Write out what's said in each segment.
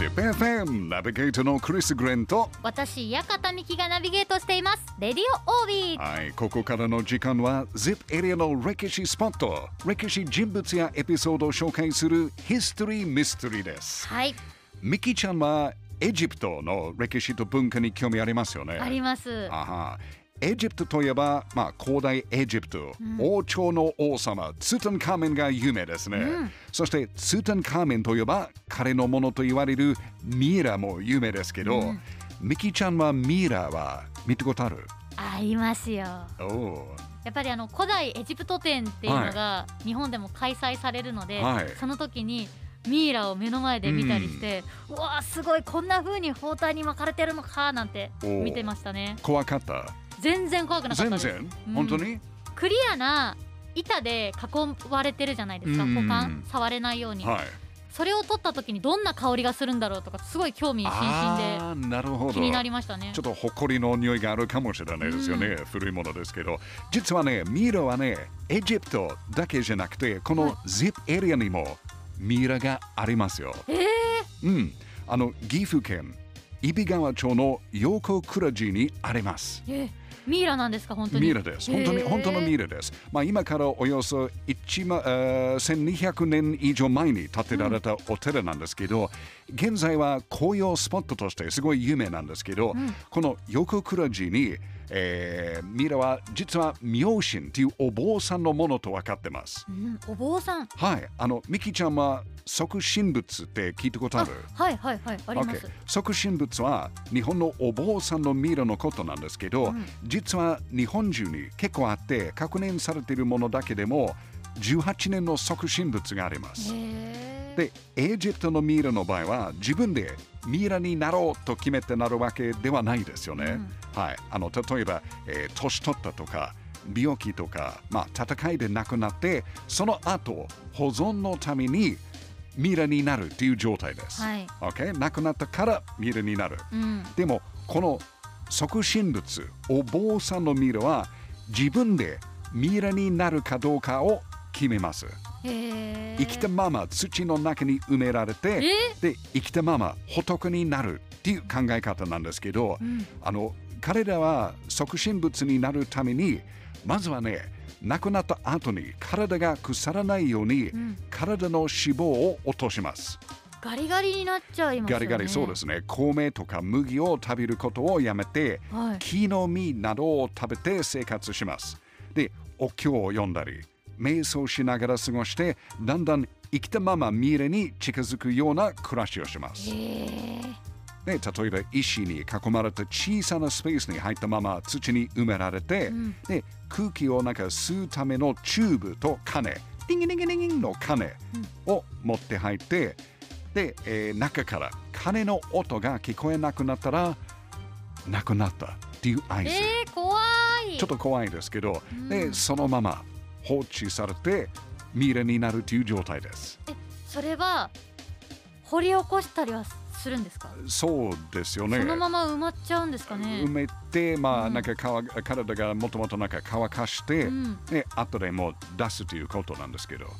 ZIPFM ナビゲートのクリス・グレンと私、館美希がナビゲートしています。レディオオービー。 はい、ここからの時間は ZIP エリアの歴史スポット、歴史人物やエピソードを紹介するヒストリー・ミステリーです。 はい。 ミキちゃんはエジプトの歴史と文化に興味ありますよね。 あります。 エジプトといえば、古代エジプト、王朝の王様ツタンカーメンが有名ですね、そしてツタンカーメンといえば彼のものと言われるミイラも有名ですけど、ミキちゃんはミイラは見たことある？ ありますよ。 やっぱり古代エジプト展っていうのが日本でも開催されるので、その時にミイラを目の前で見たりして、うわーすごい、こんな風に包帯に巻かれてるのかなんて見てましたね。 怖かった？ 全然怖くなかったです。 全然、本当にクリアな板で囲われてるじゃないですか、股間触れないように、それを取った時にどんな香りがするんだろうとか、すごい興味津々で気になりましたね。 ちょっと埃の匂いがあるかもしれないですよね、古いものですけど。実はね、ミイラはね、エジプトだけじゃなくてこの ZIP エリアにもミイラがありますよ。岐阜県揖斐川町の横倉寺にあります。 ミイラなんですか？本当にミイラです。本当のミイラです。今からおよそ1200年以上前に建てられたお寺なんですけど、現在は紅葉スポットとしてすごい有名なんですけど、この横倉寺に、ミイラは実は明神というお坊さんのものと分かってます。 お坊さん？ はい。ミキちゃんは即身仏って聞いたことある？ はいあります。 即身仏は日本のお坊さんのミイラのことなんですけど、実は日本中に結構あって確認されているものだけでも18年の即身仏があります。で、エジプトのミイラの場合は自分でミイラになろうと決めてなるわけではないですよね。例えば、年取ったとか病気とか、戦いで亡くなってその後保存のためにミイラになるという状態です。亡くなったからミイラになる。でもこの即身仏、お坊さんのミイラは自分でミイラになるかどうかを決めます。生きたまま土の中に埋められて、で生きたまま仏になるっていう考え方なんですけど、彼らは即身仏になるためにまずはね、亡くなった後に体が腐らないように、体の脂肪を落とします。 ガリガリになっちゃいますよね。 ガリガリ、そうですね。米とか麦を食べることをやめて、木の実などを食べて生活します。で、お経を読んだり瞑想しながら過ごして、だんだん生きたままミイラに近づくような暮らしをします。例えば石に囲まれた小さなスペースに入ったまま土に埋められて、で空気を吸うためのチューブと鐘、ディンギディンギディンの鐘を持って入って、で、中から鐘の音が聞こえなくなったら亡くなったっていう合図。 怖い。 ちょっと怖いですけど、でそのまま放置されてミイラになるという状態です。 それは掘り起こしたりはするんですか？ そうですよね。 そのまま埋まっちゃうんですかね。 埋めて、体がもともと乾かして、で後でもう出すということなんですけど、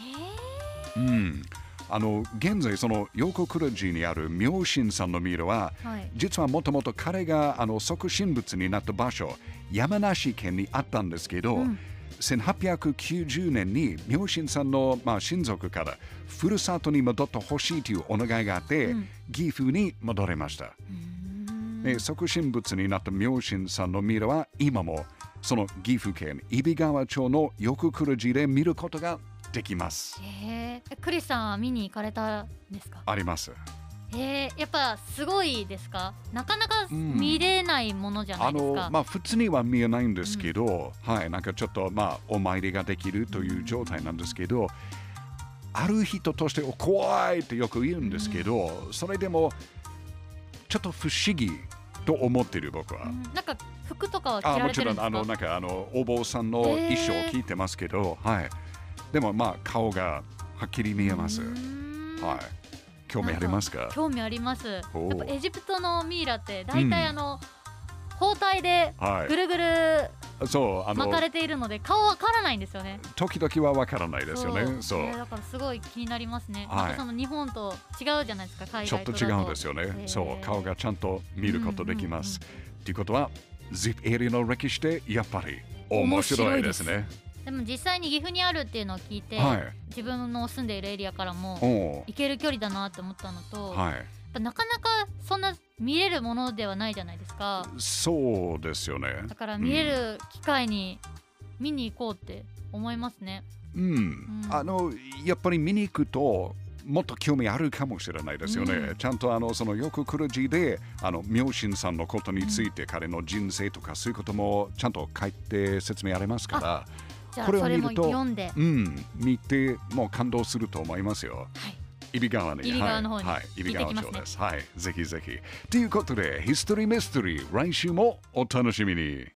現在その横倉寺にある明神さんのミイラは、実はもともと彼が即身仏になった場所、山梨県にあったんですけど、1890年に明神さんの、親族からふるさとに戻ってほしいというお願いがあって、岐阜に戻れました。即身仏になった明神さんのミイラは今もその岐阜県揖斐川町の横倉寺で見ることができます。 クリスさんは見に行かれたんですか？ あります。 やっぱすごいですか？なかなか見れないものじゃないですか。 普通には見えないんですけど、ちょっとお参りができるという状態なんですけど、ある人として怖いってよく言うんですけど、それでもちょっと不思議と思ってる僕は。 服とかは着られてるんですか？ もちろんお坊さんの衣装を着てますけど、でも顔がはっきり見えます。興味ありますか？ 興味あります。やっぱエジプトのミイラって大体包帯でぐるぐるそう巻かれているので顔わからないんですよね。 時々はわからないですよね。そう、 だからすごい気になりますね。 はい、 またその日本と違うじゃないですか、海外とだと。ちょっと違うんですよね。そう、顔がちゃんと見ることできます。ということは、ZIP エリアの歴史ってやっぱり面白いですね。 でも実際に岐阜にあるっていうのを聞いて、はい、自分の住んでいるエリアからも行ける距離だなって思ったのと、はい、なかなかそんな見れるものではないじゃないですか。 そうですよね。 だから見れる機会に見に行こうって思いますね。 やっぱり見に行くともっと興味あるかもしれないですよね。ちゃんとそのよく来る字で明神さんのことについて、彼の人生とかそういうこともちゃんと書いて説明ありますから、 これを見ると見てもう感動すると思いますよ。 はい、 揖斐川に、 揖斐川の方に、 揖斐川町です。はい、ぜひぜひ。ということで、ヒストリーミステリー、来週もお楽しみに。